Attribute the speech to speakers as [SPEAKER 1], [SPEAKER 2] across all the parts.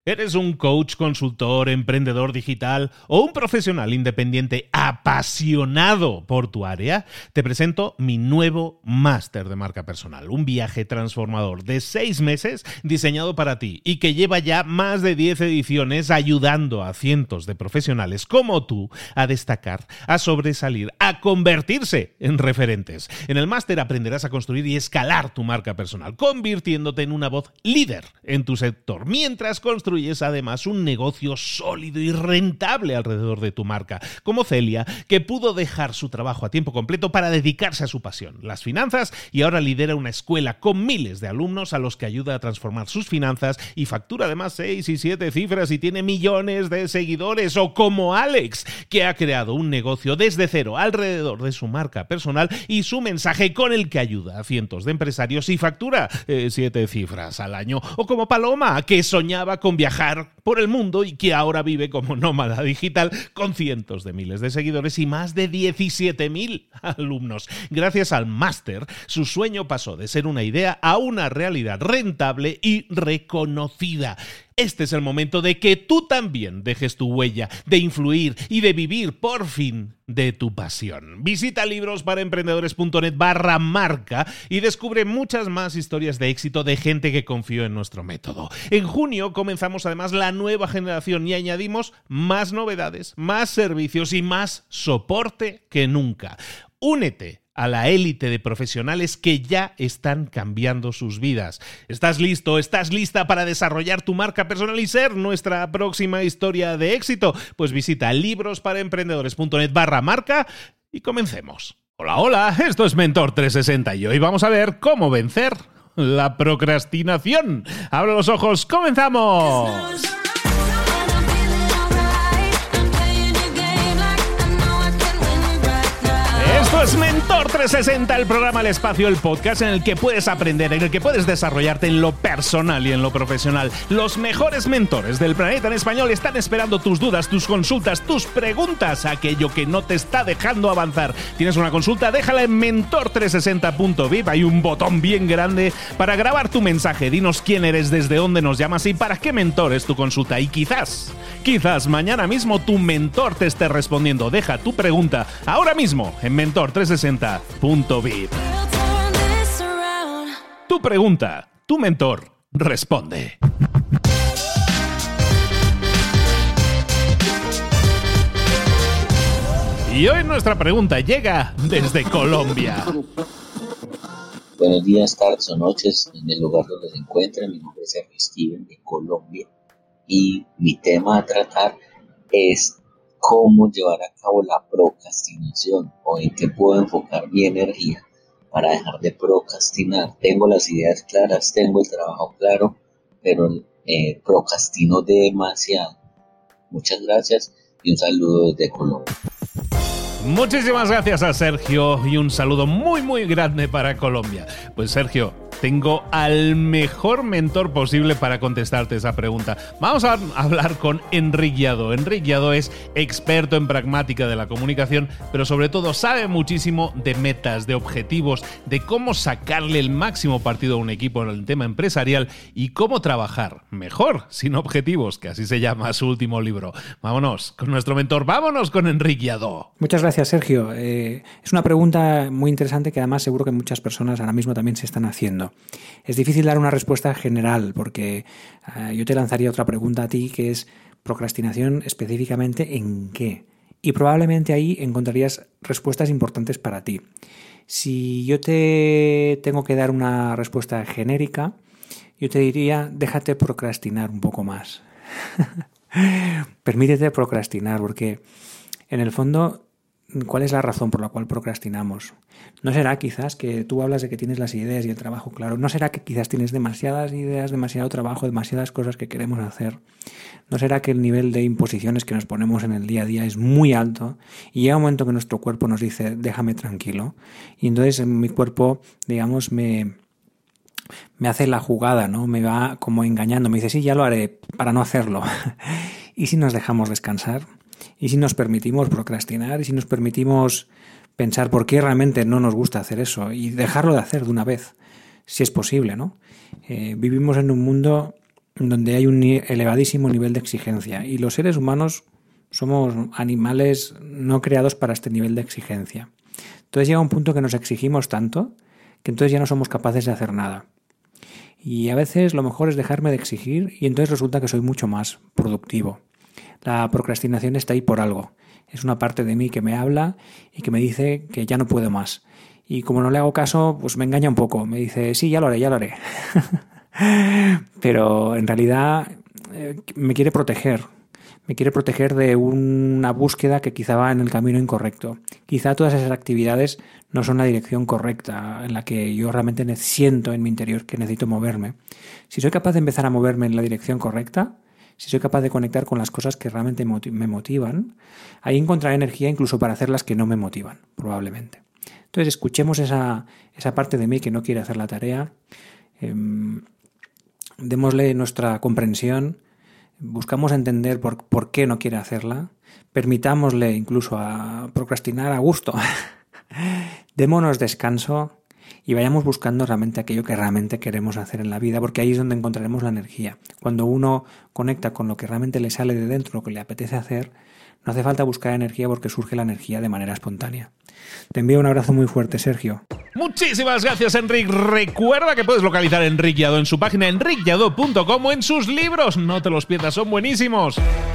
[SPEAKER 1] ¿Eres un coach, consultor, emprendedor digital o un profesional independiente apasionado por tu área? Te presento mi nuevo máster de marca personal, un viaje transformador de 6 meses diseñado para ti y que lleva ya más de 10 ediciones ayudando a cientos de profesionales como tú a destacar, a sobresalir, a convertirse en referentes. En el máster aprenderás a construir y escalar tu marca personal, convirtiéndote en una voz líder en tu sector, mientras construyes además un negocio sólido y rentable alrededor de tu marca, como Celia, que pudo dejar su trabajo a tiempo completo para dedicarse a su pasión, las finanzas, y ahora lidera una escuela con miles de alumnos a los que ayuda a transformar sus finanzas y factura además 6 y 7 cifras y tiene millones de seguidores. O como Alex, que ha creado un negocio desde cero alrededor de su marca personal y su mensaje, con el que ayuda a cientos de empresarios y factura 7 cifras al año. O como Paloma, que soñaba con viajar por el mundo y que ahora vive como nómada digital con cientos de miles de seguidores y más de 17.000 alumnos. Gracias al máster, su sueño pasó de ser una idea a una realidad rentable y reconocida. Este es el momento de que tú también dejes tu huella, de influir y de vivir por fin de tu pasión. Visita librosparaemprendedores.net/marca y descubre muchas más historias de éxito de gente que confió en nuestro método. En junio comenzamos además la nueva generación y añadimos más novedades, más servicios y más soporte que nunca. Únete a la élite de profesionales que ya están cambiando sus vidas. ¿Estás listo? ¿Estás lista para desarrollar tu marca personal y ser nuestra próxima historia de éxito? Pues visita librosparaemprendedores.net/marca y comencemos. Hola, esto es Mentor 360 y hoy vamos a ver cómo vencer la procrastinación. ¡Abre los ojos! ¡Comenzamos! Esto es Mentor 360, el programa, el espacio, el podcast en el que puedes aprender, en el que puedes desarrollarte en lo personal y en lo profesional. Los mejores mentores del planeta en español están esperando tus dudas, tus consultas, tus preguntas, aquello que no te está dejando avanzar. ¿Tienes una consulta? Déjala en mentor360.vip. Hay un botón bien grande para grabar tu mensaje. Dinos quién eres, desde dónde nos llamas y para qué mentor es tu consulta. Y quizás mañana mismo tu mentor te esté respondiendo. Deja tu pregunta ahora mismo en mentor360.vip. Tu pregunta, tu mentor responde. Y hoy nuestra pregunta llega desde Colombia.
[SPEAKER 2] Buenos días, tardes o noches en el lugar donde se encuentran. Mi nombre es Sergio Steven de Colombia y mi tema a tratar es cómo llevar a cabo la procrastinación o en qué puedo enfocar mi energía para dejar de procrastinar. Tengo las ideas claras, tengo el trabajo claro, pero procrastino demasiado. Muchas gracias y un saludo desde Colombia.
[SPEAKER 1] Muchísimas gracias a Sergio y un saludo muy grande para Colombia. Pues Sergio, tengo al mejor mentor posible para contestarte esa pregunta. Vamos a hablar con Enric Lladó. Enric Lladó es experto en pragmática de la comunicación, pero sobre todo sabe muchísimo de metas, de objetivos, de cómo sacarle el máximo partido a un equipo en el tema empresarial y cómo trabajar mejor sin objetivos, que así se llama su último libro. Vámonos con nuestro mentor, vámonos con Enric Lladó.
[SPEAKER 3] Muchas gracias, Sergio. Es una pregunta muy interesante que además seguro que muchas personas ahora mismo también se están haciendo. Es difícil dar una respuesta general porque yo te lanzaría otra pregunta a ti, que es procrastinación específicamente ¿en qué? Y probablemente ahí encontrarías respuestas importantes para ti. Si yo te tengo que dar una respuesta genérica, yo te diría, déjate procrastinar un poco más. Permítete procrastinar, porque en el fondo, ¿cuál es la razón por la cual procrastinamos? ¿No será quizás que tú hablas de que tienes las ideas y el trabajo claro? ¿No será que quizás tienes demasiadas ideas, demasiado trabajo, demasiadas cosas que queremos hacer? ¿No será que el nivel de imposiciones que nos ponemos en el día a día es muy alto y llega un momento que nuestro cuerpo nos dice, déjame tranquilo? Y entonces mi cuerpo, digamos, me hace la jugada, ¿no? Me va como engañando, me dice, sí, ya lo haré, para no hacerlo. ¿Y si nos dejamos descansar? ¿Y si nos permitimos procrastinar? ¿Y si nos permitimos pensar por qué realmente no nos gusta hacer eso? Y dejarlo de hacer de una vez, si es posible, ¿no? Vivimos en un mundo donde hay un elevadísimo nivel de exigencia. Y los seres humanos somos animales no creados para este nivel de exigencia. Entonces llega un punto que nos exigimos tanto que entonces ya no somos capaces de hacer nada. Y a veces lo mejor es dejarme de exigir y entonces resulta que soy mucho más productivo. La procrastinación está ahí por algo. Es una parte de mí que me habla y que me dice que ya no puedo más. Y como no le hago caso, pues me engaña un poco. Me dice, sí, ya lo haré. Pero en realidad me quiere proteger. Me quiere proteger de una búsqueda que quizá va en el camino incorrecto. Quizá todas esas actividades no son la dirección correcta en la que yo realmente siento en mi interior que necesito moverme. Si soy capaz de empezar a moverme en la dirección correcta, si soy capaz de conectar con las cosas que realmente me motivan, ahí encontraré energía incluso para hacer las que no me motivan, probablemente. Entonces escuchemos esa parte de mí que no quiere hacer la tarea, démosle nuestra comprensión, buscamos entender por qué no quiere hacerla, permitámosle incluso a procrastinar a gusto, démonos descanso y vayamos buscando realmente aquello que realmente queremos hacer en la vida, porque ahí es donde encontraremos la energía. Cuando uno conecta con lo que realmente le sale de dentro, lo que le apetece hacer, no hace falta buscar energía porque surge la energía de manera espontánea. Te envío un abrazo muy fuerte, Sergio.
[SPEAKER 1] Muchísimas gracias, Enric. Recuerda que puedes localizar a Enric Lladó en su página enriclladó.com o en sus libros. No te los pierdas, son buenísimos.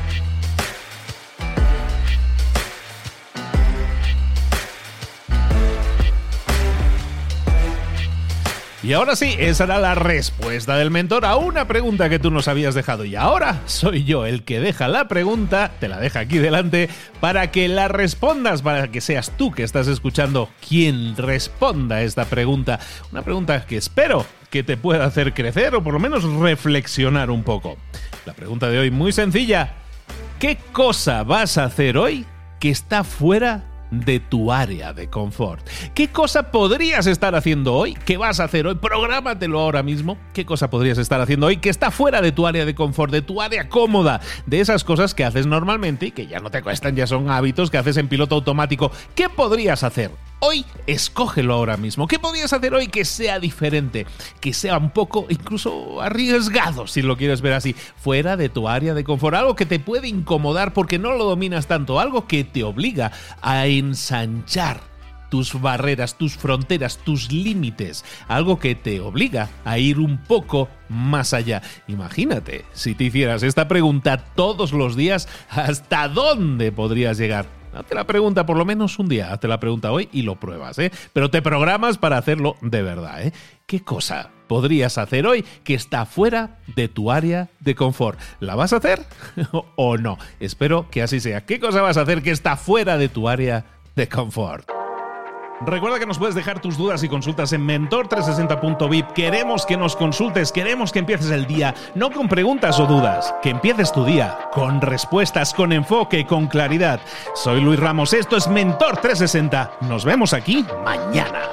[SPEAKER 1] Y ahora sí, esa era la respuesta del mentor a una pregunta que tú nos habías dejado. Y ahora soy yo el que deja la pregunta, te la deja aquí delante, para que la respondas, para que seas tú que estás escuchando quien responda a esta pregunta. Una pregunta que espero que te pueda hacer crecer o por lo menos reflexionar un poco. La pregunta de hoy muy sencilla. ¿Qué cosa vas a hacer hoy que está fuera de tu área de confort? ¿Qué cosa podrías estar haciendo hoy? ¿Qué vas a hacer hoy? Prográmatelo ahora mismo. ¿Qué cosa podrías estar haciendo hoy que está fuera de tu área de confort, de tu área cómoda, de esas cosas que haces normalmente y que ya no te cuestan, ya son hábitos que haces en piloto automático? ¿Qué podrías hacer hoy? Escógelo ahora mismo. ¿Qué podrías hacer hoy que sea diferente? Que sea un poco incluso arriesgado, si lo quieres ver así, fuera de tu área de confort. Algo que te puede incomodar porque no lo dominas tanto. Algo que te obliga a ensanchar tus barreras, tus fronteras, tus límites. Algo que te obliga a ir un poco más allá. Imagínate, si te hicieras esta pregunta todos los días, ¿hasta dónde podrías llegar? Hazte la pregunta por lo menos un día, hazte la pregunta hoy y lo pruebas, pero te programas para hacerlo de verdad. ¿Qué cosa podrías hacer hoy que está fuera de tu área de confort? ¿La vas a hacer o no? Espero que así sea. ¿Qué cosa vas a hacer que está fuera de tu área de confort? Recuerda que nos puedes dejar tus dudas y consultas en mentor360.vip. Queremos que nos consultes, queremos que empieces el día, no con preguntas o dudas, que empieces tu día con respuestas, con enfoque, con claridad. Soy Luis Ramos, esto es Mentor 360. Nos vemos aquí mañana.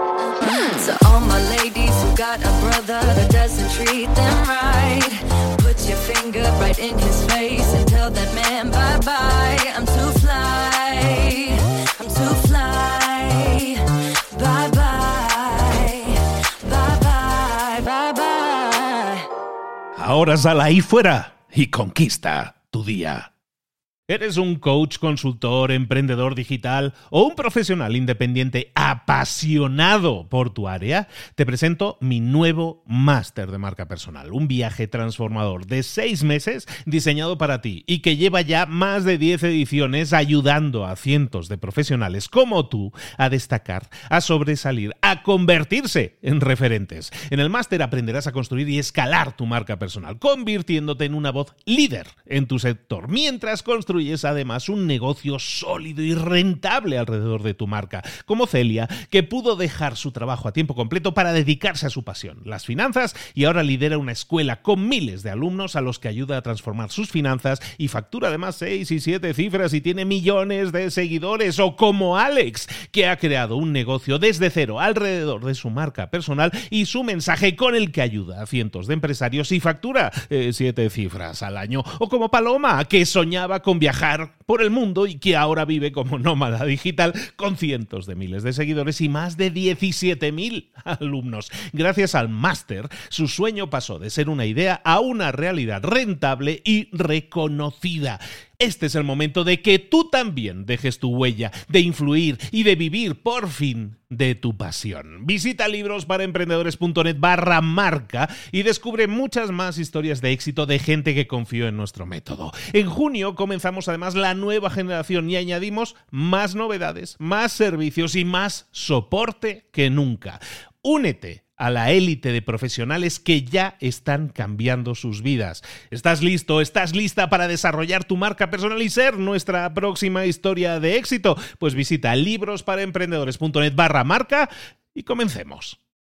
[SPEAKER 4] To all my ladies who got a brother that doesn't treat them right, put your finger right in his face and tell that man bye-bye. I'm too fly, I'm too fly. Bye-bye, bye-bye, bye-bye.
[SPEAKER 1] Ahora sal ahí fuera y conquista tu día. ¿Eres un coach, consultor, emprendedor digital o un profesional independiente apasionado por tu área? Te presento mi nuevo máster de marca personal, un viaje transformador de 6 meses diseñado para ti y que lleva ya más de 10 ediciones ayudando a cientos de profesionales como tú a destacar, a sobresalir, a convertirse en referentes. En el máster aprenderás a construir y escalar tu marca personal, convirtiéndote en una voz líder en tu sector, mientras construyes además un negocio sólido y rentable alrededor de tu marca, como Celia, que pudo dejar su trabajo a tiempo completo para dedicarse a su pasión, las finanzas, y ahora lidera una escuela con miles de alumnos a los que ayuda a transformar sus finanzas y factura además 6 y 7 cifras y tiene millones de seguidores. O como Alex, que ha creado un negocio desde cero alrededor de su marca personal y su mensaje con el que ayuda a cientos de empresarios y factura 7 cifras al año. O como Paloma, que soñaba con viajar por el mundo y que ahora vive como nómada digital con cientos de miles de seguidores y más de 17.000 alumnos. Gracias al máster, su sueño pasó de ser una idea a una realidad rentable y reconocida. Este es el momento de que tú también dejes tu huella, de influir y de vivir, por fin, de tu pasión. Visita librosparaemprendedores.net/marca y descubre muchas más historias de éxito de gente que confió en nuestro método. En junio comenzamos además la nueva generación y añadimos más novedades, más servicios y más soporte que nunca. Únete a la élite de profesionales que ya están cambiando sus vidas. ¿Estás listo? ¿Estás lista para desarrollar tu marca personal y ser nuestra próxima historia de éxito? Pues visita librosparaemprendedores.net/marca y comencemos.